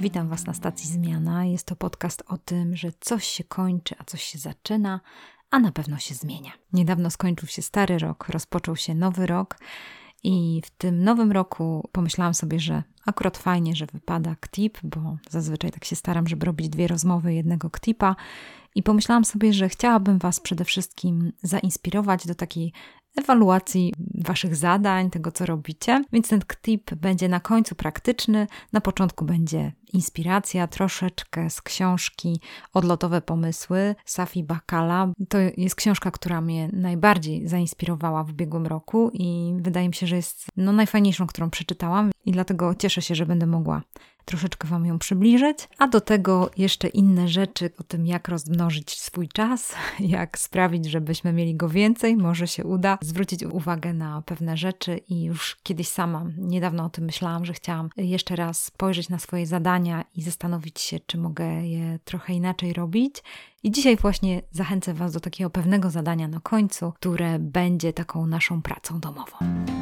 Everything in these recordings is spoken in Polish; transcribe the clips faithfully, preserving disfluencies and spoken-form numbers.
witam Was na stacji Zmiana. Jest to podcast o tym, że coś się kończy, a coś się zaczyna, a na pewno się zmienia. Niedawno skończył się stary rok, rozpoczął się nowy rok i w tym nowym roku pomyślałam sobie, że akurat fajnie, że wypada ktip, bo zazwyczaj tak się staram, żeby robić dwie rozmowy jednego ktipa i pomyślałam sobie, że chciałabym Was przede wszystkim zainspirować do takiej ewaluacji Waszych zadań, tego co robicie. Więc ten ktip będzie na końcu praktyczny, na początku będzie inspiracja troszeczkę z książki Odlotowe pomysły Safi Bahcalla. To jest książka, która mnie najbardziej zainspirowała w ubiegłym roku i wydaje mi się, że jest no, najfajniejszą, którą przeczytałam i dlatego cieszę się, że będę mogła troszeczkę Wam ją przybliżyć, a do tego jeszcze inne rzeczy o tym, jak rozmnożyć swój czas, jak sprawić, żebyśmy mieli go więcej, może się uda, zwrócić uwagę na pewne rzeczy i już kiedyś sama, niedawno o tym myślałam, że chciałam jeszcze raz spojrzeć na swoje zadania i zastanowić się, czy mogę je trochę inaczej robić. I dzisiaj właśnie zachęcę Was do takiego pewnego zadania na końcu, które będzie taką naszą pracą domową.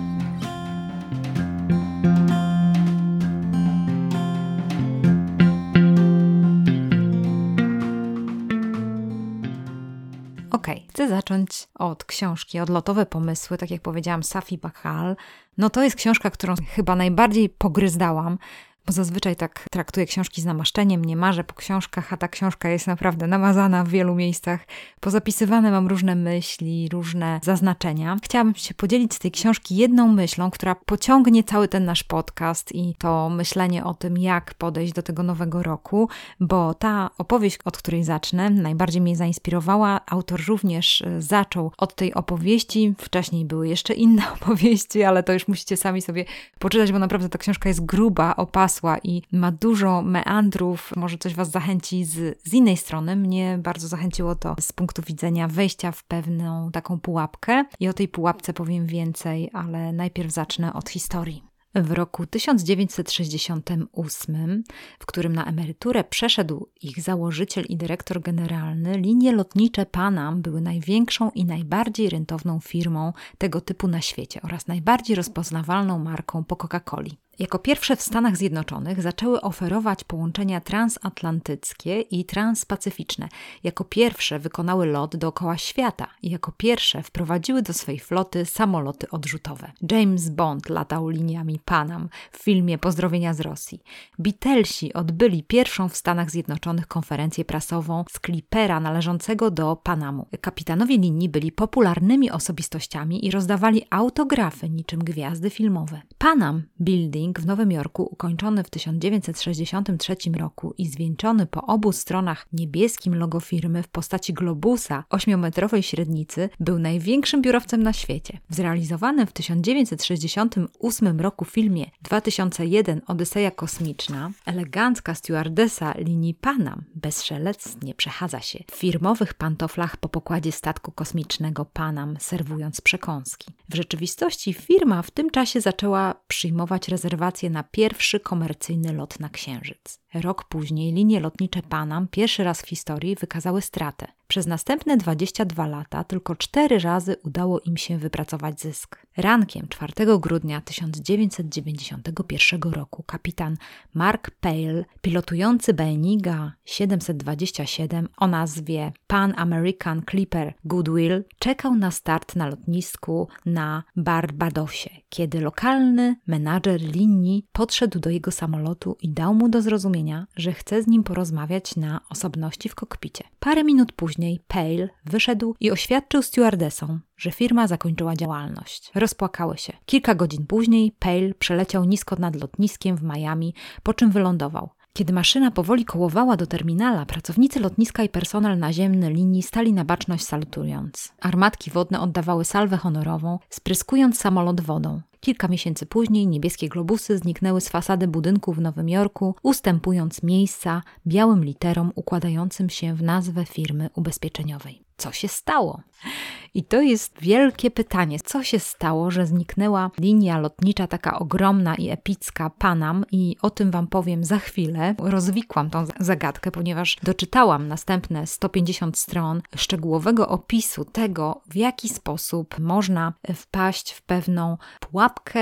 Okej, okay, chcę zacząć od książki Odlotowe pomysły, tak jak powiedziałam, Safi Bahcall. No to jest książka, którą chyba najbardziej pogryzdałam, bo zazwyczaj tak traktuję książki z namaszczeniem, nie marzę po książkach, a ta książka jest naprawdę namazana w wielu miejscach. Pozapisywane mam różne myśli, różne zaznaczenia. Chciałabym się podzielić z tej książki jedną myślą, która pociągnie cały ten nasz podcast i to myślenie o tym, jak podejść do tego nowego roku, bo ta opowieść, od której zacznę, najbardziej mnie zainspirowała. Autor również zaczął od tej opowieści. Wcześniej były jeszcze inne opowieści, ale to już musicie sami sobie poczytać, bo naprawdę ta książka jest gruba, opasła i ma dużo meandrów, może coś Was zachęci z, z innej strony. Mnie bardzo zachęciło to z punktu widzenia wejścia w pewną taką pułapkę i o tej pułapce powiem więcej, ale najpierw zacznę od historii. W roku tysiąc dziewięćset sześćdziesiątym ósmym, w którym na emeryturę przeszedł ich założyciel i dyrektor generalny, linie lotnicze Pan Am były największą i najbardziej rentowną firmą tego typu na świecie oraz najbardziej rozpoznawalną marką po Coca-Coli. Jako pierwsze w Stanach Zjednoczonych zaczęły oferować połączenia transatlantyckie i transpacyficzne. Jako pierwsze wykonały lot dookoła świata i jako pierwsze wprowadziły do swej floty samoloty odrzutowe. James Bond latał liniami Pan Am w filmie Pozdrowienia z Rosji. Beatlesi odbyli pierwszą w Stanach Zjednoczonych konferencję prasową z klipera należącego do Pan Amu. Kapitanowie linii byli popularnymi osobistościami i rozdawali autografy niczym gwiazdy filmowe. Pan Am Building w Nowym Jorku, ukończony w tysiąc dziewięćset sześćdziesiątym trzecim roku i zwieńczony po obu stronach niebieskim logo firmy w postaci globusa ośmiometrowej średnicy, był największym biurowcem na świecie. W zrealizowanym w tysiąc dziewięćset sześćdziesiątym ósmym roku filmie dwa tysiące jeden Odyseja kosmiczna elegancka stewardesa linii Pan Am bez szelec nie przechadza się w firmowych pantoflach po pokładzie statku kosmicznego Pan Am, serwując przekąski. W rzeczywistości firma w tym czasie zaczęła przyjmować rezerwacje na pierwszy komercyjny lot na Księżyc. Rok później linie lotnicze Pan Am pierwszy raz w historii wykazały stratę. Przez następne dwadzieścia dwa lata tylko cztery razy udało im się wypracować zysk. Rankiem czwartego grudnia tysiąc dziewięćset dziewięćdziesiątego pierwszego roku kapitan Mark Pale, pilotujący Boeinga siedemset dwadzieścia siedem o nazwie Pan American Clipper Goodwill, czekał na start na lotnisku na Barbadosie, kiedy lokalny menadżer linii podszedł do jego samolotu i dał mu do zrozumienia, że chce z nim porozmawiać na osobności w kokpicie. Parę minut później Pale wyszedł i oświadczył stewardesom, że firma zakończyła działalność. Rozpłakały się. Kilka godzin później Pale przeleciał nisko nad lotniskiem w Miami, po czym wylądował. Kiedy maszyna powoli kołowała do terminala, pracownicy lotniska i personel naziemny linii stali na baczność salutując. Armatki wodne oddawały salwę honorową, spryskując samolot wodą. Kilka miesięcy później niebieskie globusy zniknęły z fasady budynku w Nowym Jorku, ustępując miejsca białym literom układającym się w nazwę firmy ubezpieczeniowej. Co się stało? I to jest wielkie pytanie. Co się stało, że zniknęła linia lotnicza taka ogromna i epicka Pan Am i o tym Wam powiem za chwilę. Rozwikłam tą zagadkę, ponieważ doczytałam następne sto pięćdziesiąt stron szczegółowego opisu tego, w jaki sposób można wpaść w pewną pułapkę,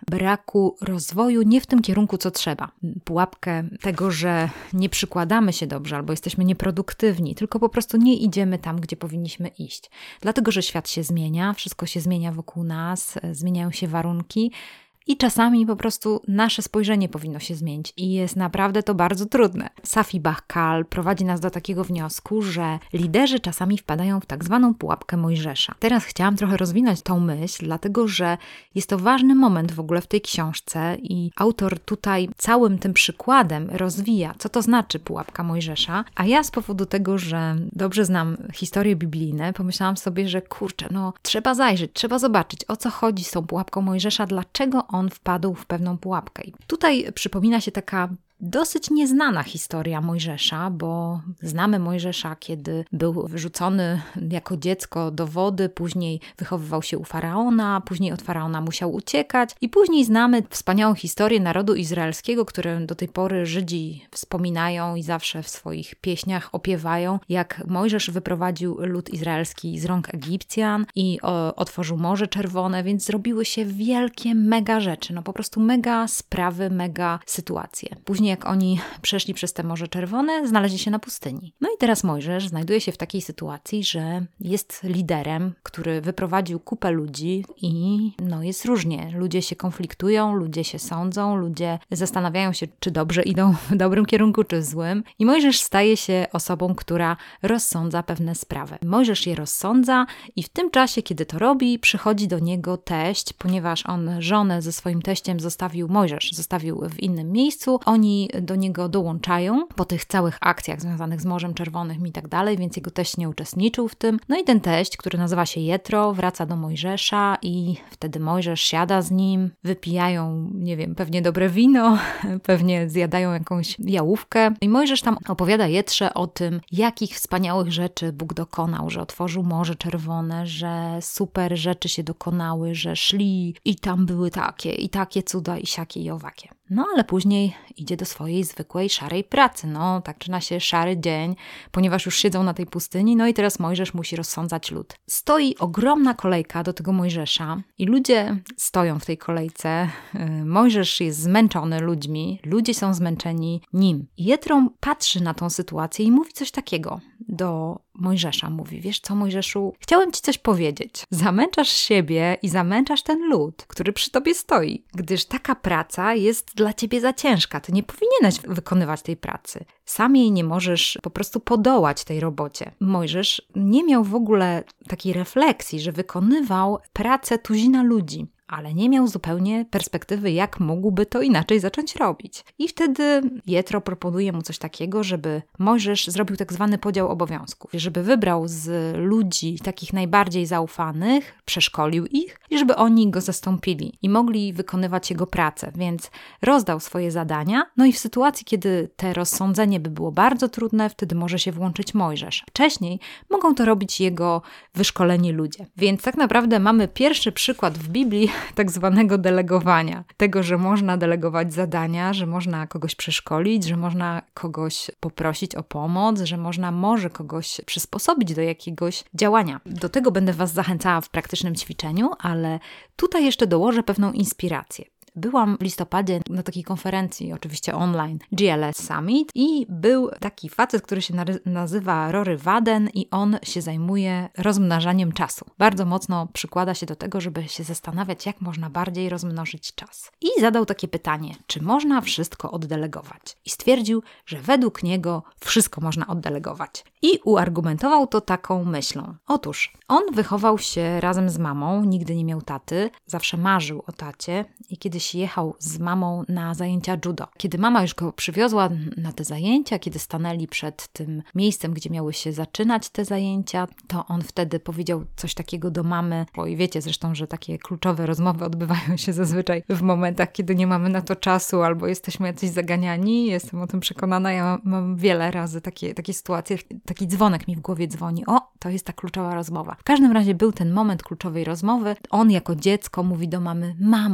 braku rozwoju nie w tym kierunku, co trzeba. Pułapkę tego, że nie przykładamy się dobrze albo jesteśmy nieproduktywni, tylko po prostu nie idziemy tam, gdzie powinniśmy iść. Dlatego, że świat się zmienia, wszystko się zmienia wokół nas, zmieniają się warunki, i czasami po prostu nasze spojrzenie powinno się zmienić i jest naprawdę to bardzo trudne. Safi Bahcall prowadzi nas do takiego wniosku, że liderzy czasami wpadają w tak zwaną pułapkę Mojżesza. Teraz chciałam trochę rozwinąć tą myśl, dlatego że jest to ważny moment w ogóle w tej książce i autor tutaj całym tym przykładem rozwija, co to znaczy pułapka Mojżesza, a ja z powodu tego, że dobrze znam historie biblijne, pomyślałam sobie, że kurczę, no trzeba zajrzeć, trzeba zobaczyć, o co chodzi z tą pułapką Mojżesza, dlaczego on wpadł w pewną pułapkę. I tutaj przypomina się taka dosyć nieznana historia Mojżesza, bo znamy Mojżesza, kiedy był wyrzucony jako dziecko do wody, później wychowywał się u Faraona, później od Faraona musiał uciekać i później znamy wspaniałą historię narodu izraelskiego, którą do tej pory Żydzi wspominają i zawsze w swoich pieśniach opiewają, jak Mojżesz wyprowadził lud izraelski z rąk Egipcjan i o, otworzył Morze Czerwone, więc zrobiły się wielkie mega rzeczy, no po prostu mega sprawy, mega sytuacje. Później jak oni przeszli przez te Morze Czerwone, znaleźli się na pustyni. No i teraz Mojżesz znajduje się w takiej sytuacji, że jest liderem, który wyprowadził kupę ludzi i no jest różnie. Ludzie się konfliktują, ludzie się sądzą, ludzie zastanawiają się, czy dobrze idą w dobrym kierunku, czy w złym. I Mojżesz staje się osobą, która rozsądza pewne sprawy. Mojżesz je rozsądza i w tym czasie, kiedy to robi, przychodzi do niego teść, ponieważ on żonę ze swoim teściem zostawił, Mojżesz zostawił w innym miejscu. Oni do niego dołączają po tych całych akcjach związanych z Morzem Czerwonym i tak dalej, więc jego teść nie uczestniczył w tym. No i ten teść, który nazywa się Jetro, wraca do Mojżesza i wtedy Mojżesz siada z nim, wypijają, nie wiem, pewnie dobre wino, pewnie zjadają jakąś jałówkę i Mojżesz tam opowiada Jetrze o tym, jakich wspaniałych rzeczy Bóg dokonał, że otworzył Morze Czerwone, że super rzeczy się dokonały, że szli i tam były takie i takie cuda i siakie i owakie. No ale później idzie do swojej zwykłej, szarej pracy. No, tak zaczyna się szary dzień, ponieważ już siedzą na tej pustyni, no i teraz Mojżesz musi rozsądzać lud. Stoi ogromna kolejka do tego Mojżesza i ludzie stoją w tej kolejce. Mojżesz jest zmęczony ludźmi, ludzie są zmęczeni nim. Jetro patrzy na tą sytuację i mówi coś takiego do Mojżesza. Mówi, wiesz co, Mojżeszu, chciałem ci coś powiedzieć. Zamęczasz siebie i zamęczasz ten lud, który przy tobie stoi, gdyż taka praca jest dla ciebie za ciężka. Ty nie powinieneś wykonywać tej pracy. Sam jej nie możesz po prostu podołać tej robocie. Mojżesz nie miał w ogóle takiej refleksji, że wykonywał pracę tuzina ludzi, ale nie miał zupełnie perspektywy, jak mógłby to inaczej zacząć robić. I wtedy Jetro proponuje mu coś takiego, żeby Mojżesz zrobił tak zwany podział obowiązków, żeby wybrał z ludzi takich najbardziej zaufanych, przeszkolił ich i żeby oni go zastąpili i mogli wykonywać jego pracę, więc rozdał swoje zadania, no i w sytuacji, kiedy te rozsądzenie by było bardzo trudne, wtedy może się włączyć Mojżesz. Wcześniej mogą to robić jego wyszkoleni ludzie. Więc tak naprawdę mamy pierwszy przykład w Biblii tak zwanego delegowania. Tego, że można delegować zadania, że można kogoś przeszkolić, że można kogoś poprosić o pomoc, że można może kogoś przysposobić do jakiegoś działania. Do tego będę Was zachęcała w praktycznym ćwiczeniu, ale tutaj jeszcze dołożę pewną inspirację. Byłam w listopadzie na takiej konferencji, oczywiście online, G L S Summit i był taki facet, który się nazywa Rory Vaden i on się zajmuje rozmnażaniem czasu. Bardzo mocno przykłada się do tego, żeby się zastanawiać, jak można bardziej rozmnożyć czas. I zadał takie pytanie, czy można wszystko oddelegować? I stwierdził, że według niego wszystko można oddelegować. I uargumentował to taką myślą. Otóż on wychował się razem z mamą, nigdy nie miał taty, zawsze marzył o tacie i kiedyś jechał z mamą na zajęcia judo. Kiedy mama już go przywiozła na te zajęcia, kiedy stanęli przed tym miejscem, gdzie miały się zaczynać te zajęcia, to on wtedy powiedział coś takiego do mamy, bo i wiecie zresztą, że takie kluczowe rozmowy odbywają się zazwyczaj w momentach, kiedy nie mamy na to czasu albo jesteśmy jacyś zaganiani. Jestem o tym przekonana. Ja mam, mam wiele razy takie, takie sytuacje. Taki dzwonek mi w głowie dzwoni. O, to jest ta kluczowa rozmowa. W każdym razie był ten moment kluczowej rozmowy. On jako dziecko mówi do mamy, mamo,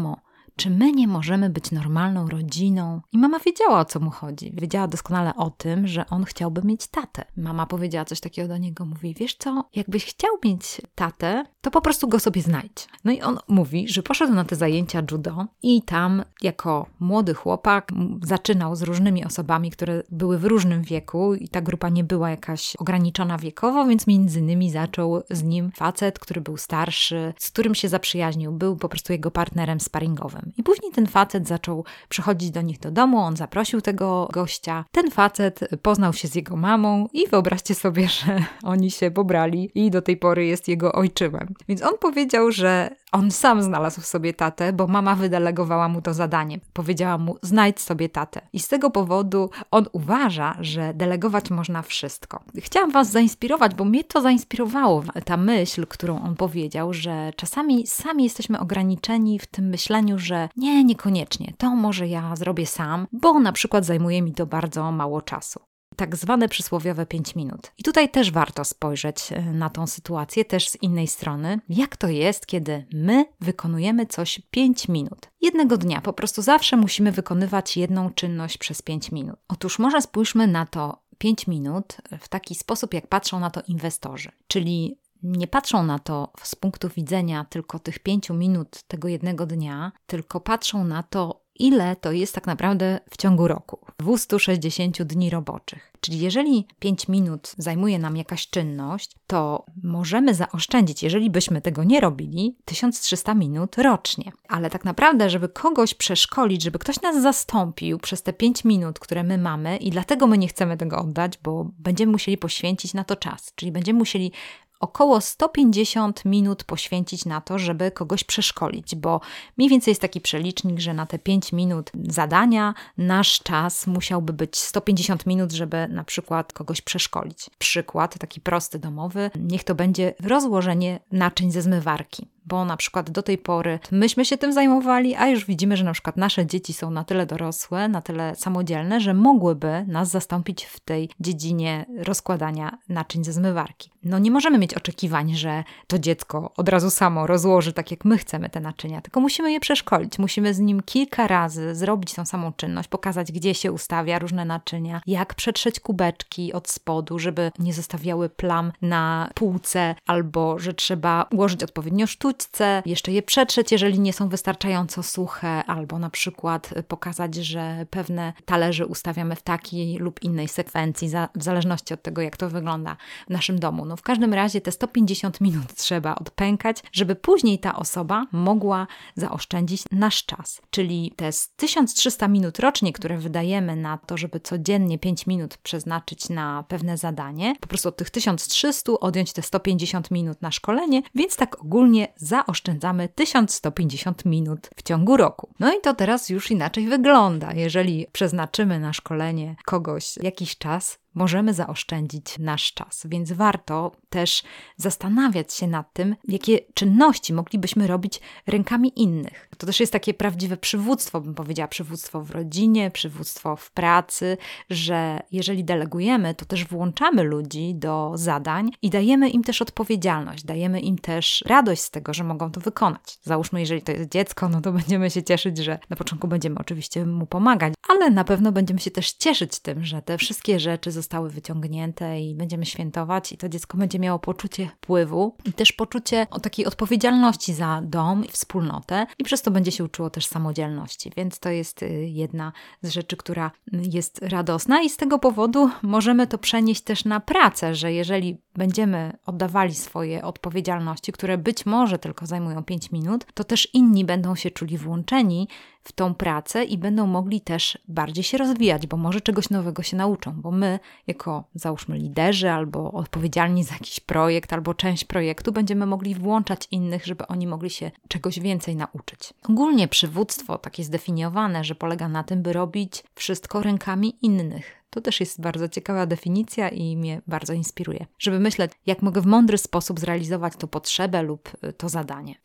czy my nie możemy być normalną rodziną? I mama wiedziała, o co mu chodzi. Wiedziała doskonale o tym, że on chciałby mieć tatę. Mama powiedziała coś takiego do niego, mówi, wiesz co, jakbyś chciał mieć tatę, to po prostu go sobie znajdź. No i on mówi, że poszedł na te zajęcia judo i tam jako młody chłopak zaczynał z różnymi osobami, które były w różnym wieku i ta grupa nie była jakaś ograniczona wiekowo, więc między innymi zaczął z nim facet, który był starszy, z którym się zaprzyjaźnił, był po prostu jego partnerem sparingowym. I później ten facet zaczął przychodzić do nich do domu, on zaprosił tego gościa. Ten facet poznał się z jego mamą i wyobraźcie sobie, że oni się pobrali i do tej pory jest jego ojczymem. Więc on powiedział, że on sam znalazł sobie tatę, bo mama wydelegowała mu to zadanie. Powiedziała mu, znajdź sobie tatę. I z tego powodu on uważa, że delegować można wszystko. Chciałam was zainspirować, bo mnie to zainspirowało. Ta myśl, którą on powiedział, że czasami sami jesteśmy ograniczeni w tym myśleniu, że nie, niekoniecznie, to może ja zrobię sam, bo na przykład zajmuje mi to bardzo mało czasu. Tak zwane przysłowiowe pięć minut. I tutaj też warto spojrzeć na tą sytuację, też z innej strony. Jak to jest, kiedy my wykonujemy coś pięć minut? Jednego dnia, po prostu zawsze musimy wykonywać jedną czynność przez pięć minut. Otóż może spójrzmy na to pięć minut w taki sposób, jak patrzą na to inwestorzy. Czyli nie patrzą na to z punktu widzenia tylko tych pięciu minut tego jednego dnia, tylko patrzą na to, ile to jest tak naprawdę w ciągu roku, dwieście sześćdziesiąt dni roboczych. Czyli jeżeli pięć minut zajmuje nam jakaś czynność, to możemy zaoszczędzić, jeżeli byśmy tego nie robili, tysiąc trzysta minut rocznie. Ale tak naprawdę, żeby kogoś przeszkolić, żeby ktoś nas zastąpił przez te pięć minut, które my mamy i dlatego my nie chcemy tego oddać, bo będziemy musieli poświęcić na to czas, czyli będziemy musieli około sto pięćdziesiąt minut poświęcić na to, żeby kogoś przeszkolić, bo mniej więcej jest taki przelicznik, że na te pięć minut zadania nasz czas musiałby być sto pięćdziesiąt minut, żeby na przykład kogoś przeszkolić. Przykład taki prosty, domowy, niech to będzie rozłożenie naczyń ze zmywarki. Bo na przykład do tej pory myśmy się tym zajmowali, a już widzimy, że na przykład nasze dzieci są na tyle dorosłe, na tyle samodzielne, że mogłyby nas zastąpić w tej dziedzinie rozkładania naczyń ze zmywarki. No nie możemy mieć oczekiwań, że to dziecko od razu samo rozłoży tak, jak my chcemy te naczynia, tylko musimy je przeszkolić. Musimy z nim kilka razy zrobić tą samą czynność, pokazać, gdzie się ustawia różne naczynia, jak przetrzeć kubeczki od spodu, żeby nie zostawiały plam na półce, albo że trzeba ułożyć odpowiednio sztuczkę, jeszcze je przetrzeć, jeżeli nie są wystarczająco suche, albo na przykład pokazać, że pewne talerze ustawiamy w takiej lub innej sekwencji, za, w zależności od tego, jak to wygląda w naszym domu. No w każdym razie te sto pięćdziesiąt minut trzeba odpękać, żeby później ta osoba mogła zaoszczędzić nasz czas. Czyli te tysiąc trzysta minut rocznie, które wydajemy na to, żeby codziennie pięć minut przeznaczyć na pewne zadanie, po prostu od tych tysiąc trzysta odjąć te sto pięćdziesiąt minut na szkolenie, więc tak ogólnie zaoszczędzamy tysiąc sto pięćdziesiąt minut w ciągu roku. No i to teraz już inaczej wygląda. Jeżeli przeznaczymy na szkolenie kogoś jakiś czas, możemy zaoszczędzić nasz czas, więc warto też zastanawiać się nad tym, jakie czynności moglibyśmy robić rękami innych. To też jest takie prawdziwe przywództwo, bym powiedziała, przywództwo w rodzinie, przywództwo w pracy, że jeżeli delegujemy, to też włączamy ludzi do zadań i dajemy im też odpowiedzialność, dajemy im też radość z tego, że mogą to wykonać. Załóżmy, jeżeli to jest dziecko, no to będziemy się cieszyć, że na początku będziemy oczywiście mu pomagać, ale na pewno będziemy się też cieszyć tym, że te wszystkie rzeczy zostały wyciągnięte i będziemy świętować i to dziecko będzie miało poczucie wpływu i też poczucie o takiej odpowiedzialności za dom i wspólnotę i przez to będzie się uczyło też samodzielności, więc to jest jedna z rzeczy, która jest radosna i z tego powodu możemy to przenieść też na pracę, że jeżeli będziemy oddawali swoje odpowiedzialności, które być może tylko zajmują pięć minut, to też inni będą się czuli włączeni w tą pracę i będą mogli też bardziej się rozwijać, bo może czegoś nowego się nauczą, bo my jako załóżmy liderzy albo odpowiedzialni za jakiś projekt albo część projektu będziemy mogli włączać innych, żeby oni mogli się czegoś więcej nauczyć. Ogólnie przywództwo takie zdefiniowane, że polega na tym, by robić wszystko rękami innych. To też jest bardzo ciekawa definicja i mnie bardzo inspiruje, żeby myśleć, jak mogę w mądry sposób zrealizować tą potrzebę lub to zadanie.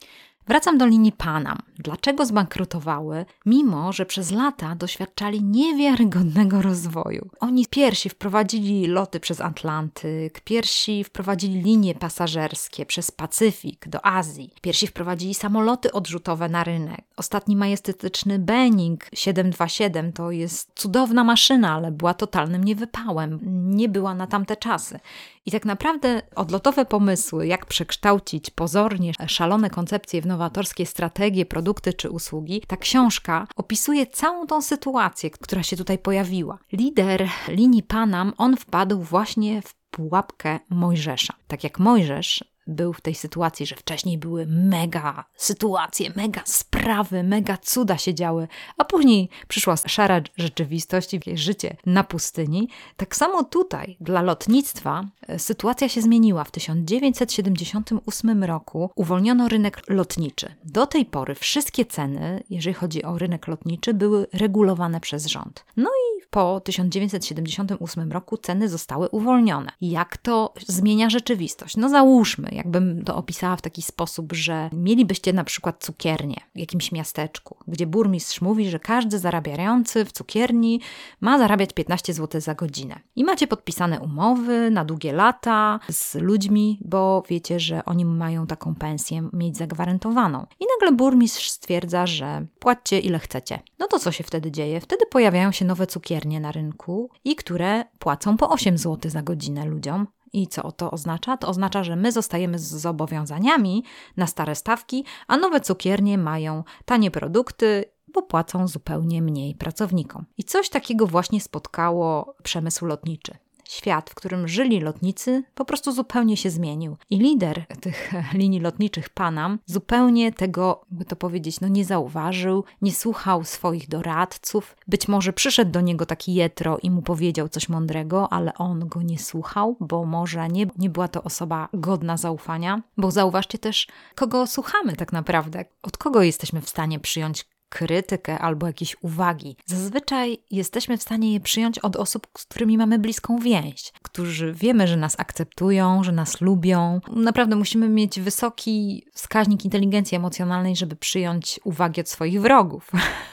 Wracam do linii Panam. Dlaczego zbankrutowały, mimo że przez lata doświadczali niewiarygodnego rozwoju? Oni pierwsi wprowadzili loty przez Atlantyk, pierwsi wprowadzili linie pasażerskie przez Pacyfik do Azji, pierwsi wprowadzili samoloty odrzutowe na rynek. Ostatni majestetyczny Boeing siedem dwa siedem to jest cudowna maszyna, ale była totalnym niewypałem. Nie była na tamte czasy. I tak naprawdę odlotowe pomysły, jak przekształcić pozornie szalone koncepcje w nowatorskie strategie, produkty czy usługi, ta książka opisuje całą tą sytuację, która się tutaj pojawiła. Lider linii Panam, on wpadł właśnie w pułapkę Mojżesza. Tak jak Mojżesz był w tej sytuacji, że wcześniej były mega sytuacje, mega sprawy, mega cuda się działy, a później przyszła szara rzeczywistość i życie na pustyni. Tak samo tutaj dla lotnictwa sytuacja się zmieniła. W tysiąc dziewięćset siedemdziesiątym ósmym roku uwolniono rynek lotniczy. Do tej pory wszystkie ceny, jeżeli chodzi o rynek lotniczy, były regulowane przez rząd. No i po tysiąc dziewięćset siedemdziesiątym ósmym roku ceny zostały uwolnione. Jak to zmienia rzeczywistość? No załóżmy, jakbym to opisała w taki sposób, że mielibyście na przykład cukiernię w jakimś miasteczku, gdzie burmistrz mówi, że każdy zarabiający w cukierni ma zarabiać piętnaście złotych za godzinę. I macie podpisane umowy na długie lata z ludźmi, bo wiecie, że oni mają taką pensję mieć zagwarantowaną. I nagle burmistrz stwierdza, że płaccie ile chcecie. No to co się wtedy dzieje? Wtedy pojawiają się nowe cukiernie na rynku i które płacą po osiem złotych za godzinę ludziom. I co to oznacza? To oznacza, że my zostajemy z zobowiązaniami na stare stawki, a nowe cukiernie mają tanie produkty, bo płacą zupełnie mniej pracownikom. I coś takiego właśnie spotkało przemysł lotniczy. Świat, w którym żyli lotnicy, po prostu zupełnie się zmienił. I lider tych linii lotniczych Panam zupełnie tego, by to powiedzieć, no nie zauważył, nie słuchał swoich doradców. Być może przyszedł do niego taki jetro i mu powiedział coś mądrego, ale on go nie słuchał, bo może nie, nie była to osoba godna zaufania. Bo zauważcie też, kogo słuchamy tak naprawdę. Od kogo jesteśmy w stanie przyjąć krytykę albo jakieś uwagi. Zazwyczaj jesteśmy w stanie je przyjąć od osób, z którymi mamy bliską więź, którzy wiemy, że nas akceptują, że nas lubią. Naprawdę musimy mieć wysoki wskaźnik inteligencji emocjonalnej, żeby przyjąć uwagi od swoich wrogów.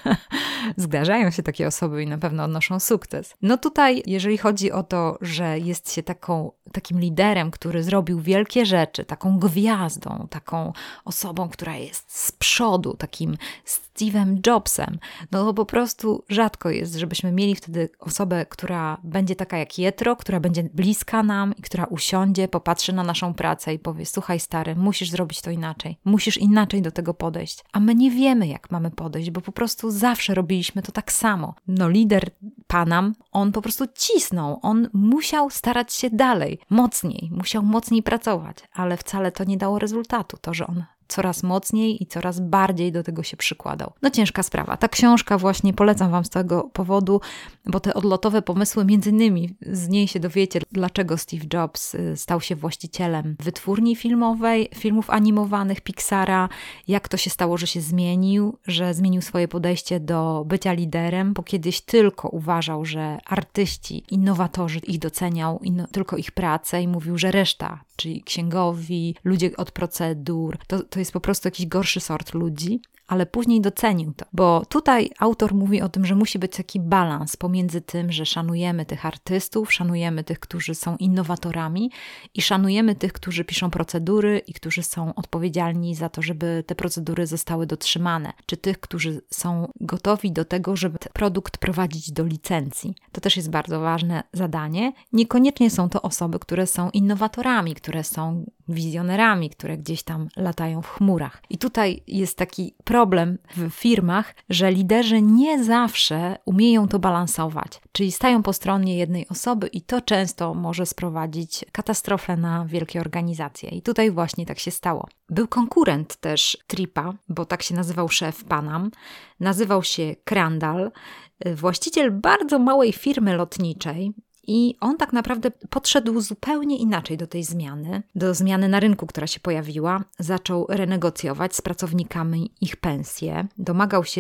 Zdarzają się takie osoby i na pewno odnoszą sukces. No tutaj, jeżeli chodzi o to, że jest się taką, takim liderem, który zrobił wielkie rzeczy, taką gwiazdą, taką osobą, która jest z przodu, takim Steve'em Jobsem, no to po prostu rzadko jest, żebyśmy mieli wtedy osobę, która będzie taka jak Jetro, która będzie bliska nam i która usiądzie, popatrzy na naszą pracę i powie: słuchaj stary, musisz zrobić to inaczej, musisz inaczej do tego podejść. A my nie wiemy, jak mamy podejść, bo po prostu zawsze robiliśmy to tak samo. No lider Panam, on po prostu cisnął, on musiał starać się dalej, mocniej, musiał mocniej pracować, ale wcale to nie dało rezultatu, to, że on coraz mocniej i coraz bardziej do tego się przykładał. No ciężka sprawa. Ta książka właśnie polecam Wam z tego powodu, bo te odlotowe pomysły, między innymi z niej się dowiecie, dlaczego Steve Jobs stał się właścicielem wytwórni filmowej, filmów animowanych Pixara, jak to się stało, że się zmienił, że zmienił swoje podejście do bycia liderem, bo kiedyś tylko uważał, że artyści, innowatorzy ich doceniał, inno, tylko ich pracę i mówił, że reszta, czyli księgowi, ludzie od procedur, to, to jest po prostu jakiś gorszy sort ludzi, ale później docenił to, bo tutaj autor mówi o tym, że musi być taki balans pomiędzy tym, że szanujemy tych artystów, szanujemy tych, którzy są innowatorami i szanujemy tych, którzy piszą procedury i którzy są odpowiedzialni za to, żeby te procedury zostały dotrzymane, czy tych, którzy są gotowi do tego, żeby ten produkt prowadzić do licencji. To też jest bardzo ważne zadanie. Niekoniecznie są to osoby, które są innowatorami, które są wizjonerami, które gdzieś tam latają w chmurach. I tutaj jest taki problem w firmach, że liderzy nie zawsze umieją to balansować, czyli stają po stronie jednej osoby i to często może sprowadzić katastrofę na wielkie organizacje. I tutaj właśnie tak się stało. Był konkurent też Tripa, bo tak się nazywał szef Panam, nazywał się Crandall, właściciel bardzo małej firmy lotniczej. I on tak naprawdę podszedł zupełnie inaczej do tej zmiany, do zmiany na rynku, która się pojawiła. Zaczął renegocjować z pracownikami ich pensje, domagał się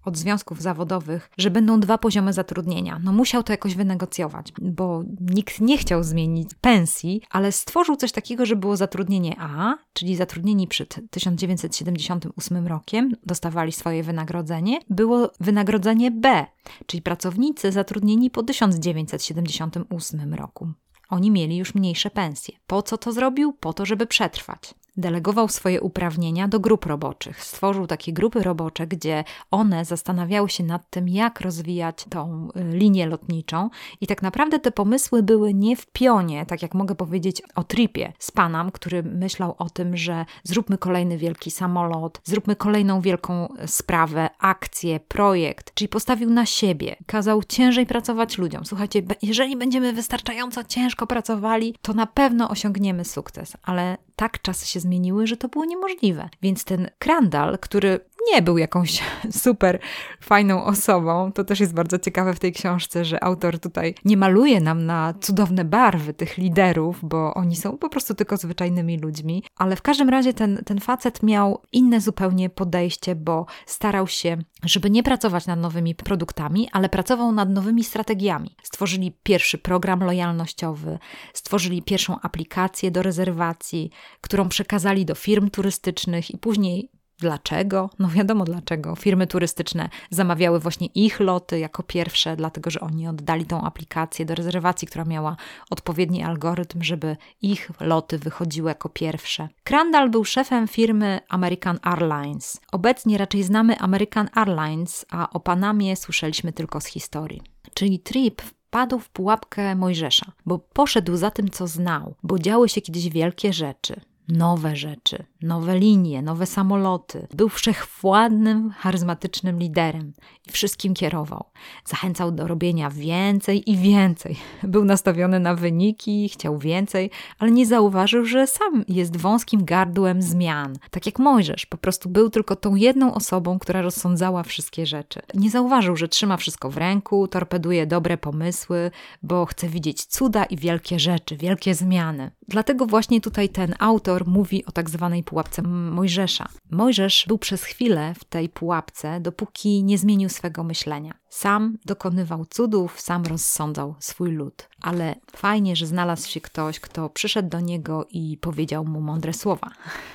od związków zawodowych, że będą dwa poziomy zatrudnienia. No musiał to jakoś wynegocjować, bo nikt nie chciał zmienić pensji, ale stworzył coś takiego, że było zatrudnienie A, czyli zatrudnieni przed tysiąc dziewięćset siedemdziesiątym ósmym rokiem, dostawali swoje wynagrodzenie. Było wynagrodzenie B, czyli pracownicy zatrudnieni po tysiąc dziewięćset siedemdziesiątym ósmym roku. Oni mieli już mniejsze pensje. Po co to zrobił? Po to, żeby przetrwać. Delegował swoje uprawnienia do grup roboczych. Stworzył takie grupy robocze, gdzie one zastanawiały się nad tym, jak rozwijać tą linię lotniczą. I tak naprawdę te pomysły były nie w pionie, tak jak mogę powiedzieć o Tripie z Panam, który myślał o tym, że zróbmy kolejny wielki samolot, zróbmy kolejną wielką sprawę, akcję, projekt. Czyli postawił na siebie, kazał ciężej pracować ludziom. Słuchajcie, jeżeli będziemy wystarczająco ciężko pracowali, to na pewno osiągniemy sukces. Ale tak czasy się zmieniły, że to było niemożliwe. Więc ten Crandall, który nie był jakąś super fajną osobą, to też jest bardzo ciekawe w tej książce, że autor tutaj nie maluje nam na cudowne barwy tych liderów, bo oni są po prostu tylko zwyczajnymi ludźmi, ale w każdym razie ten, ten facet miał inne zupełnie podejście, bo starał się, żeby nie pracować nad nowymi produktami, ale pracował nad nowymi strategiami. Stworzyli pierwszy program lojalnościowy, stworzyli pierwszą aplikację do rezerwacji, którą przekazali do firm turystycznych i później dlaczego? No wiadomo dlaczego. Firmy turystyczne zamawiały właśnie ich loty jako pierwsze, dlatego że oni oddali tą aplikację do rezerwacji, która miała odpowiedni algorytm, żeby ich loty wychodziły jako pierwsze. Crandall był szefem firmy American Airlines. Obecnie raczej znamy American Airlines, a o Panamie słyszeliśmy tylko z historii. Czyli Trip wpadł w pułapkę Mojżesza, bo poszedł za tym, co znał, bo działy się kiedyś wielkie rzeczy. Nowe rzeczy, nowe linie, nowe samoloty. Był wszechwładnym, charyzmatycznym liderem i wszystkim kierował. Zachęcał do robienia więcej i więcej. Był nastawiony na wyniki, chciał więcej, ale nie zauważył, że sam jest wąskim gardłem zmian. Tak jak Mojżesz, po prostu był tylko tą jedną osobą, która rozsądzała wszystkie rzeczy. Nie zauważył, że trzyma wszystko w ręku, torpeduje dobre pomysły, bo chce widzieć cuda i wielkie rzeczy, wielkie zmiany. Dlatego właśnie tutaj ten autor mówi o tak zwanej pułapce Mojżesza. Mojżesz był przez chwilę w tej pułapce, dopóki nie zmienił swego myślenia. Sam dokonywał cudów, sam rozsądzał swój lud. Ale fajnie, że znalazł się ktoś, kto przyszedł do niego i powiedział mu mądre słowa.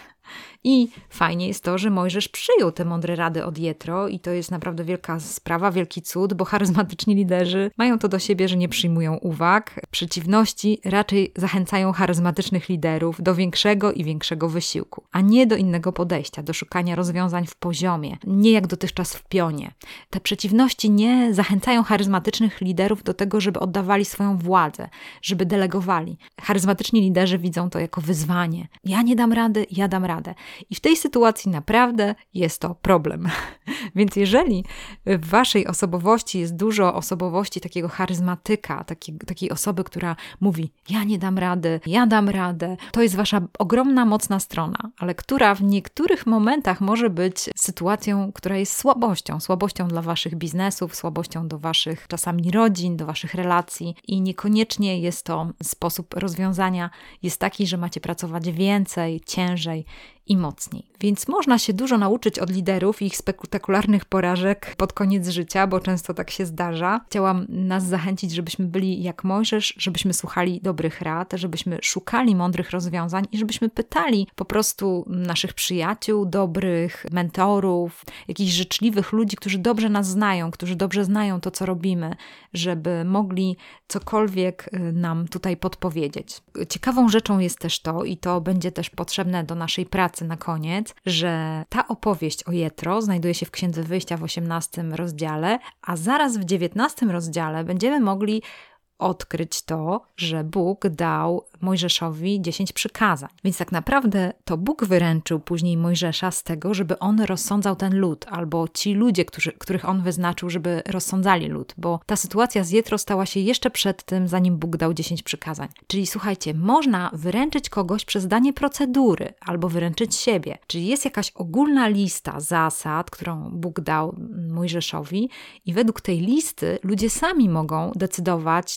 I fajnie jest to, że Mojżesz przyjął te mądre rady od Jetro i to jest naprawdę wielka sprawa, wielki cud, bo charyzmatyczni liderzy mają to do siebie, że nie przyjmują uwag. Przeciwności raczej zachęcają charyzmatycznych liderów do większego i większego wysiłku, a nie do innego podejścia, do szukania rozwiązań w poziomie, nie jak dotychczas w pionie. Te przeciwności nie zachęcają charyzmatycznych liderów do tego, żeby oddawali swoją władzę, żeby delegowali. Charyzmatyczni liderzy widzą to jako wyzwanie. Ja nie dam rady, ja dam radę. I w tej sytuacji naprawdę jest to problem. Więc jeżeli w waszej osobowości jest dużo osobowości takiego charyzmatyka, takiej, takiej osoby, która mówi ja nie dam rady, ja dam radę, to jest wasza ogromna, mocna strona, ale która w niektórych momentach może być sytuacją, która jest słabością. Słabością dla waszych biznesów, słabością do waszych czasami rodzin, do waszych relacji i niekoniecznie jest to sposób rozwiązania jest taki, że macie pracować więcej, ciężej i mocniej. Więc można się dużo nauczyć od liderów i ich spektakularnych porażek pod koniec życia, bo często tak się zdarza. Chciałam nas zachęcić, żebyśmy byli jak Mojżesz, żebyśmy słuchali dobrych rad, żebyśmy szukali mądrych rozwiązań i żebyśmy pytali po prostu naszych przyjaciół, dobrych mentorów, jakichś życzliwych ludzi, którzy dobrze nas znają, którzy dobrze znają to, co robimy, żeby mogli cokolwiek nam tutaj podpowiedzieć. Ciekawą rzeczą jest też to, i to będzie też potrzebne do naszej pracy na koniec, że ta opowieść o Jetro znajduje się w Księdze Wyjścia w osiemnastym rozdziale, a zaraz w dziewiętnastym rozdziale będziemy mogli odkryć to, że Bóg dał Mojżeszowi dziesięć przykazań. Więc tak naprawdę to Bóg wyręczył później Mojżesza z tego, żeby on rozsądzał ten lud, albo ci ludzie, którzy, których on wyznaczył, żeby rozsądzali lud, bo ta sytuacja z Jetro stała się jeszcze przed tym, zanim Bóg dał dziesięć przykazań. Czyli słuchajcie, można wyręczyć kogoś przez danie procedury, albo wyręczyć siebie. Czyli jest jakaś ogólna lista zasad, którą Bóg dał Mojżeszowi i według tej listy ludzie sami mogą decydować,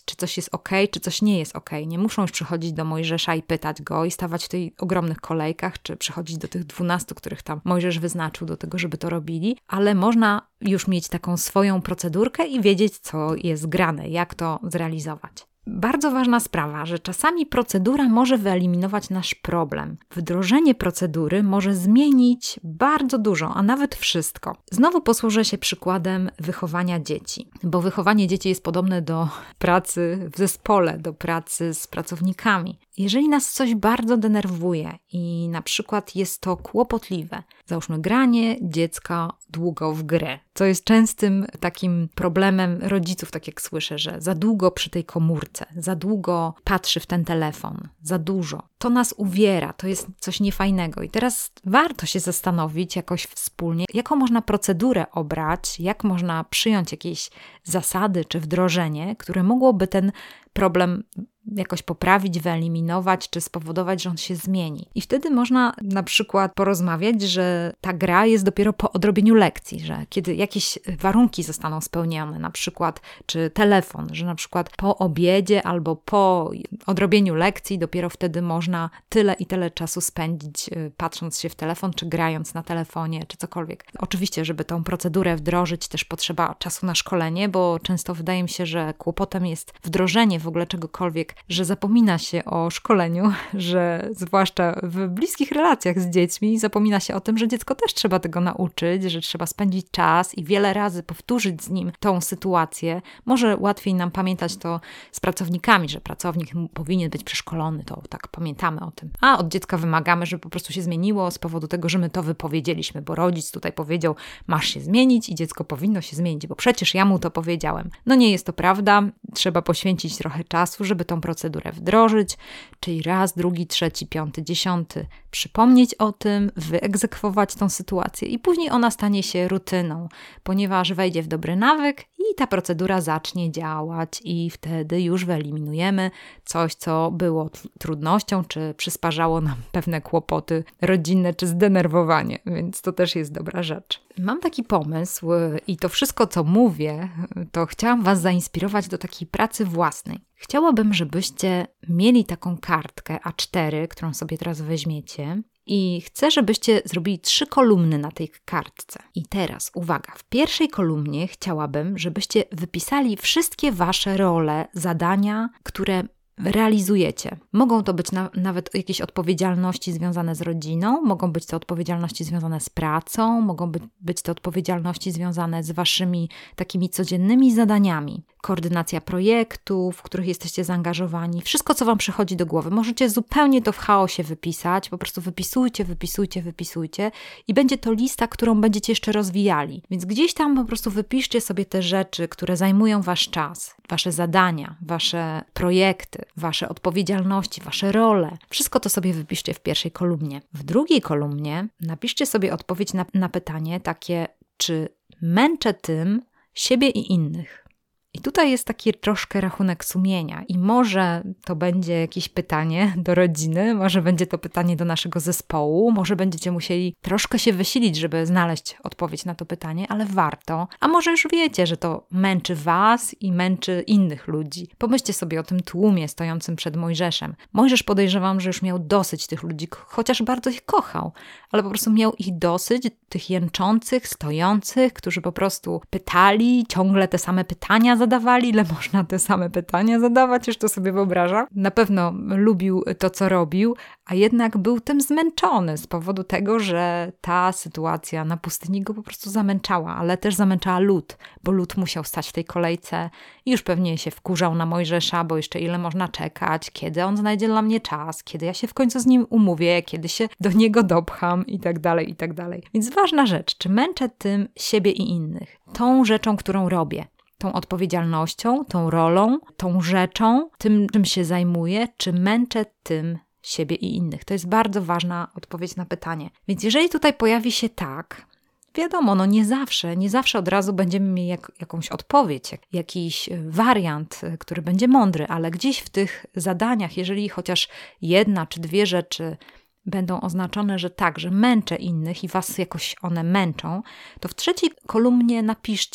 czy coś jest okej, czy coś nie jest okej. Nie muszą już przychodzić do Mojżesza i pytać go i stawać w tej ogromnych kolejkach, czy przychodzić do tych dwunastu, których tam Mojżesz wyznaczył do tego, żeby to robili, ale można już mieć taką swoją procedurkę i wiedzieć, co jest grane, jak to zrealizować. Bardzo ważna sprawa, że czasami procedura może wyeliminować nasz problem. Wdrożenie procedury może zmienić bardzo dużo, a nawet wszystko. Znowu posłużę się przykładem wychowania dzieci, bo wychowanie dzieci jest podobne do pracy w zespole, do pracy z pracownikami. Jeżeli nas coś bardzo denerwuje i na przykład jest to kłopotliwe, załóżmy granie dziecka długo w grę, co jest częstym takim problemem rodziców, tak jak słyszę, że za długo przy tej komórce, za długo patrzy w ten telefon, za dużo. To nas uwiera, to jest coś niefajnego. I teraz warto się zastanowić jakoś wspólnie, jaką można procedurę obrać, jak można przyjąć jakieś zasady czy wdrożenie, które mogłoby ten problem jakoś poprawić, wyeliminować, czy spowodować, że on się zmieni. I wtedy można na przykład porozmawiać, że ta gra jest dopiero po odrobieniu lekcji, że kiedy jakieś warunki zostaną spełnione, na przykład, czy telefon, że na przykład po obiedzie albo po odrobieniu lekcji dopiero wtedy można tyle i tyle czasu spędzić patrząc się w telefon, czy grając na telefonie, czy cokolwiek. Oczywiście, żeby tą procedurę wdrożyć, też potrzeba czasu na szkolenie, bo często wydaje mi się, że kłopotem jest wdrożenie w ogóle czegokolwiek, że zapomina się o szkoleniu, że zwłaszcza w bliskich relacjach z dziećmi zapomina się o tym, że dziecko też trzeba tego nauczyć, że trzeba spędzić czas i wiele razy powtórzyć z nim tą sytuację. Może łatwiej nam pamiętać to z pracownikami, że pracownik powinien być przeszkolony, to tak pamiętamy o tym. A od dziecka wymagamy, żeby po prostu się zmieniło z powodu tego, że my to wypowiedzieliśmy, bo rodzic tutaj powiedział, masz się zmienić i dziecko powinno się zmienić, bo przecież ja mu to powiedziałem. No nie jest to prawda, trzeba poświęcić trochę czasu, żeby tą procedurę wdrożyć, czyli raz, drugi, trzeci, piąty, dziesiąty przypomnieć o tym, wyegzekwować tą sytuację i później ona stanie się rutyną, ponieważ wejdzie w dobry nawyk i ta procedura zacznie działać i wtedy już wyeliminujemy coś, co było trudnością, czy przysparzało nam pewne kłopoty rodzinne, czy zdenerwowanie, więc to też jest dobra rzecz. Mam taki pomysł i to wszystko, co mówię, to chciałam Was zainspirować do takiej pracy własnej. Chciałabym, żebyście mieli taką kartkę A cztery, którą sobie teraz weźmiecie i chcę, żebyście zrobili trzy kolumny na tej kartce. I teraz, uwaga, w pierwszej kolumnie chciałabym, żebyście wypisali wszystkie Wasze role, zadania, które realizujecie. Mogą to być na, nawet jakieś odpowiedzialności związane z rodziną, mogą być to odpowiedzialności związane z pracą, mogą być, być to odpowiedzialności związane z waszymi takimi codziennymi zadaniami. Koordynacja projektów, w których jesteście zaangażowani, wszystko, co wam przychodzi do głowy. Możecie zupełnie to w chaosie wypisać, po prostu wypisujcie, wypisujcie, wypisujcie i będzie to lista, którą będziecie jeszcze rozwijali. Więc gdzieś tam po prostu wypiszcie sobie te rzeczy, które zajmują wasz czas, wasze zadania, wasze projekty, wasze odpowiedzialności, wasze role. Wszystko to sobie wypiszcie w pierwszej kolumnie. W drugiej kolumnie napiszcie sobie odpowiedź na, na pytanie takie, czy męczę tym siebie i innych? I tutaj jest taki troszkę rachunek sumienia i może to będzie jakieś pytanie do rodziny, może będzie to pytanie do naszego zespołu, może będziecie musieli troszkę się wysilić, żeby znaleźć odpowiedź na to pytanie, ale warto. A może już wiecie, że to męczy was i męczy innych ludzi. Pomyślcie sobie o tym tłumie stojącym przed Mojżeszem. Mojżesz, podejrzewam, że już miał dosyć tych ludzi, chociaż bardzo ich kochał, ale po prostu miał ich dosyć, tych jęczących, stojących, którzy po prostu pytali, ciągle te same pytania zadawali, ile można te same pytania zadawać, już to sobie wyobrażam. Na pewno lubił to, co robił, a jednak był tym zmęczony z powodu tego, że ta sytuacja na pustyni go po prostu zamęczała, ale też zamęczała lud, bo lud musiał stać w tej kolejce i już pewnie się wkurzał na Mojżesza, bo jeszcze ile można czekać, kiedy on znajdzie dla mnie czas, kiedy ja się w końcu z nim umówię, kiedy się do niego dopcham i tak dalej, i tak dalej. Więc ważna rzecz, czy męczę tym siebie i innych, tą rzeczą, którą robię, tą odpowiedzialnością, tą rolą, tą rzeczą, tym, czym się zajmuję, czy męczę tym siebie i innych. To jest bardzo ważna odpowiedź na pytanie. Więc jeżeli tutaj pojawi się tak, wiadomo, no nie zawsze, nie zawsze od razu będziemy mieli jak, jakąś odpowiedź, jak, jakiś wariant, który będzie mądry, ale gdzieś w tych zadaniach, jeżeli chociaż jedna czy dwie rzeczy będą oznaczone, że tak, że męczę innych i was jakoś one męczą, to w trzeciej kolumnie napiszcie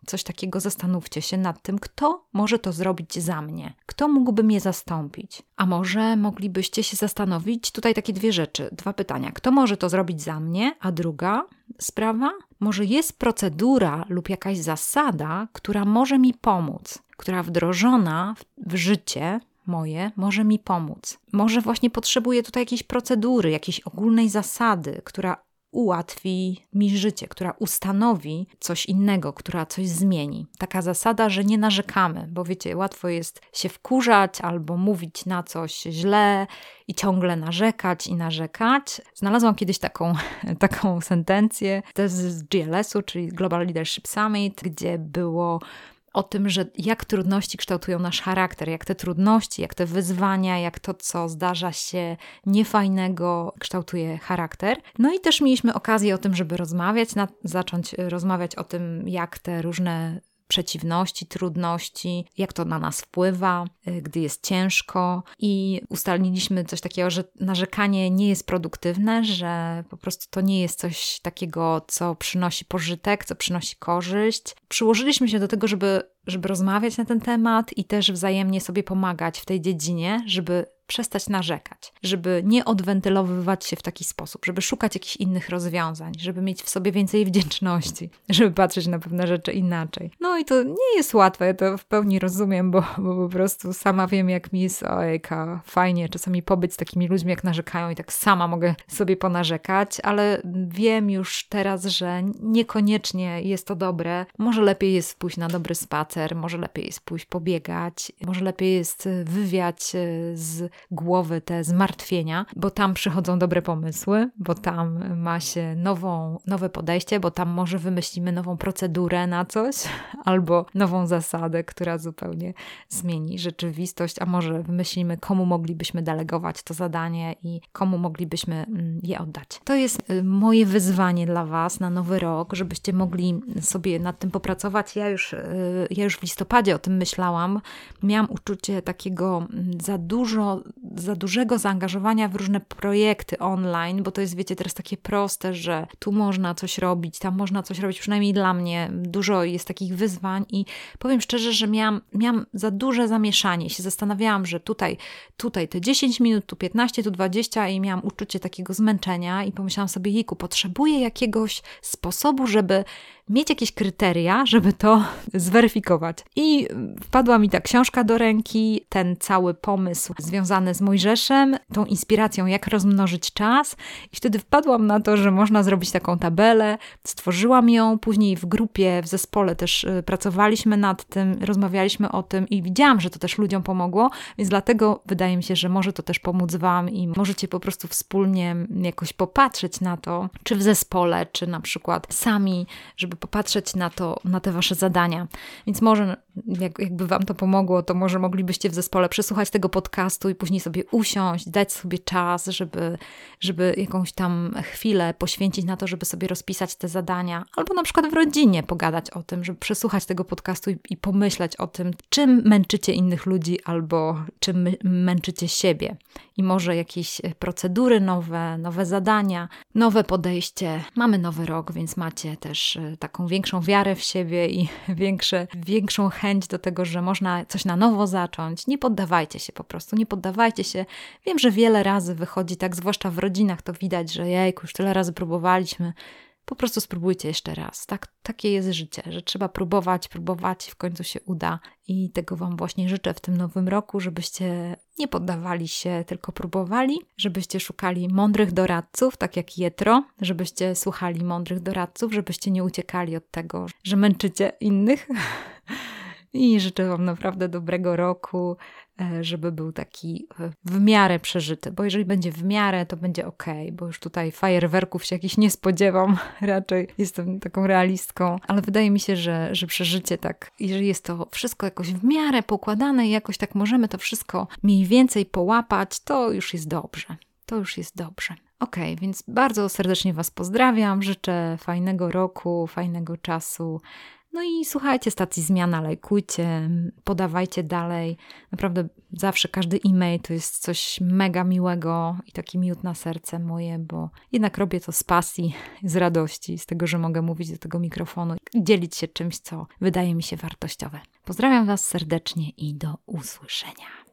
coś takiego, zastanówcie się nad tym, kto może to zrobić za mnie, kto mógłby mnie zastąpić. A może moglibyście się zastanowić, tutaj takie dwie rzeczy, dwa pytania. Kto może to zrobić za mnie? A druga sprawa, może jest procedura lub jakaś zasada, która może mi pomóc, która wdrożona w, w życie moje może mi pomóc. Może właśnie potrzebuję tutaj jakiejś procedury, jakiejś ogólnej zasady, która ułatwi mi życie, która ustanowi coś innego, która coś zmieni. Taka zasada, że nie narzekamy, bo wiecie, łatwo jest się wkurzać albo mówić na coś źle i ciągle narzekać i narzekać. Znalazłam kiedyś taką, taką sentencję też z G L S-u, czyli Global Leadership Summit, gdzie było o tym, że jak trudności kształtują nasz charakter, jak te trudności, jak te wyzwania, jak to, co zdarza się niefajnego, kształtuje charakter. No i też mieliśmy okazję o tym, żeby rozmawiać, na, zacząć rozmawiać o tym, jak te różne przeciwności, trudności, jak to na nas wpływa, gdy jest ciężko i ustaliliśmy coś takiego, że narzekanie nie jest produktywne, że po prostu to nie jest coś takiego, co przynosi pożytek, co przynosi korzyść. Przyłożyliśmy się do tego, żeby, żeby rozmawiać na ten temat i też wzajemnie sobie pomagać w tej dziedzinie, żeby przestać narzekać, żeby nie odwentylowywać się w taki sposób, żeby szukać jakichś innych rozwiązań, żeby mieć w sobie więcej wdzięczności, żeby patrzeć na pewne rzeczy inaczej. No i to nie jest łatwe, ja to w pełni rozumiem, bo, bo po prostu sama wiem, jak mi jest, ojejka, fajnie czasami pobyć z takimi ludźmi, jak narzekają i tak sama mogę sobie ponarzekać, ale wiem już teraz, że niekoniecznie jest to dobre. Może lepiej jest pójść na dobry spacer, może lepiej jest pójść pobiegać, może lepiej jest wywiać z głowy te zmartwienia, bo tam przychodzą dobre pomysły, bo tam ma się nową, nowe podejście, bo tam może wymyślimy nową procedurę na coś, albo nową zasadę, która zupełnie zmieni rzeczywistość, a może wymyślimy, komu moglibyśmy delegować to zadanie i komu moglibyśmy je oddać. To jest moje wyzwanie dla Was na nowy rok, żebyście mogli sobie nad tym popracować. Ja już, ja już w listopadzie o tym myślałam. Miałam uczucie takiego za dużo za dużego zaangażowania w różne projekty online, bo to jest, wiecie, teraz takie proste, że tu można coś robić, tam można coś robić, przynajmniej dla mnie dużo jest takich wyzwań i powiem szczerze, że miałam, miałam za duże zamieszanie. Się zastanawiałam, że tutaj, tutaj te dziesięć minut, tu piętnaście, tu dwadzieścia i miałam uczucie takiego zmęczenia i pomyślałam sobie, jejku, potrzebuję jakiegoś sposobu, żeby mieć jakieś kryteria, żeby to zweryfikować. I wpadła mi ta książka do ręki, ten cały pomysł związany z Mojżeszem, tą inspiracją, jak rozmnożyć czas. I wtedy wpadłam na to, że można zrobić taką tabelę. Stworzyłam ją, później w grupie, w zespole też pracowaliśmy nad tym, rozmawialiśmy o tym i widziałam, że to też ludziom pomogło, więc dlatego wydaje mi się, że może to też pomóc Wam i możecie po prostu wspólnie jakoś popatrzeć na to, czy w zespole, czy na przykład sami, żeby popatrzeć na to, na te Wasze zadania. Więc może jak, jakby Wam to pomogło, to może moglibyście w zespole przesłuchać tego podcastu i później sobie usiąść, dać sobie czas, żeby, żeby jakąś tam chwilę poświęcić na to, żeby sobie rozpisać te zadania. Albo na przykład w rodzinie pogadać o tym, żeby przesłuchać tego podcastu i, i pomyśleć o tym, czym męczycie innych ludzi albo czym my, męczycie siebie. I może jakieś procedury nowe, nowe zadania, nowe podejście. Mamy nowy rok, więc macie też taką większą wiarę w siebie i większe, większą chęć do tego, że można coś na nowo zacząć. Nie poddawajcie się po prostu, nie poddawajcie się. Wiem, że wiele razy wychodzi tak, zwłaszcza w rodzinach to widać, że jejku, już tyle razy próbowaliśmy. Po prostu spróbujcie jeszcze raz. Tak, takie jest życie, że trzeba próbować, próbować i w końcu się uda. I tego Wam właśnie życzę w tym nowym roku, żebyście nie poddawali się, tylko próbowali, żebyście szukali mądrych doradców, tak jak Jetro, żebyście słuchali mądrych doradców, żebyście nie uciekali od tego, że męczycie innych. I życzę Wam naprawdę dobrego roku, żeby był taki w miarę przeżyty, bo jeżeli będzie w miarę, to będzie okej, bo już tutaj fajerwerków się jakichś nie spodziewam, raczej jestem taką realistką, ale wydaje mi się, że, że przeżycie tak, jeżeli jest to wszystko jakoś w miarę poukładane i jakoś tak możemy to wszystko mniej więcej połapać, to już jest dobrze, to już jest dobrze. Okej, okay, więc bardzo serdecznie Was pozdrawiam, życzę fajnego roku, fajnego czasu. No i słuchajcie stacji Zmiana, lajkujcie, podawajcie dalej. Naprawdę zawsze każdy e-mail to jest coś mega miłego i taki miód na serce moje, bo jednak robię to z pasji, z radości, z tego, że mogę mówić do tego mikrofonu i dzielić się czymś, co wydaje mi się wartościowe. Pozdrawiam Was serdecznie i do usłyszenia.